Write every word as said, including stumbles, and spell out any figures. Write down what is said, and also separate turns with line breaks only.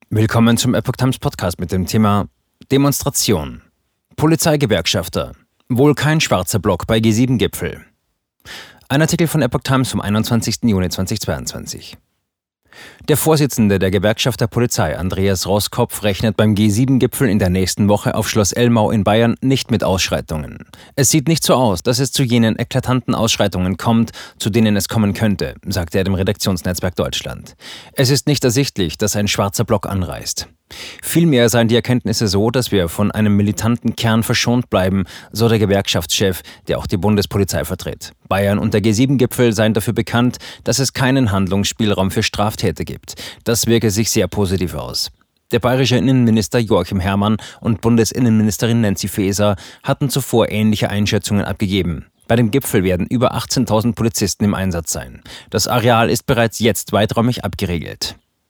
Willkommen zum Epoch Times Podcast mit dem Thema Demonstration. Polizeigewerkschafter. Wohl kein schwarzer Block bei G sieben Gipfel. Ein Artikel von Epoch Times vom einundzwanzigsten Juni zweitausendzweiundzwanzig. Der Vorsitzende der Gewerkschaft der Polizei, Andreas Roskopf, rechnet beim G sieben Gipfel in der nächsten Woche auf Schloss Elmau in Bayern nicht mit Ausschreitungen. Es sieht nicht so aus, dass es zu jenen eklatanten Ausschreitungen kommt, zu denen es kommen könnte, sagte er dem Redaktionsnetzwerk Deutschland. Es ist nicht ersichtlich, dass ein schwarzer Block anreist. Vielmehr seien die Erkenntnisse so, dass wir von einem militanten Kern verschont bleiben, so der Gewerkschaftschef, der auch die Bundespolizei vertritt. Bayern und der G sieben Gipfel seien dafür bekannt, dass es keinen Handlungsspielraum für Straftäter gibt. Das wirke sich sehr positiv aus. Der bayerische Innenminister Joachim Herrmann und Bundesinnenministerin Nancy Faeser hatten zuvor ähnliche Einschätzungen abgegeben. Bei dem Gipfel werden über achtzehntausend Polizisten im Einsatz sein. Das Areal ist bereits jetzt weiträumig abgeriegelt.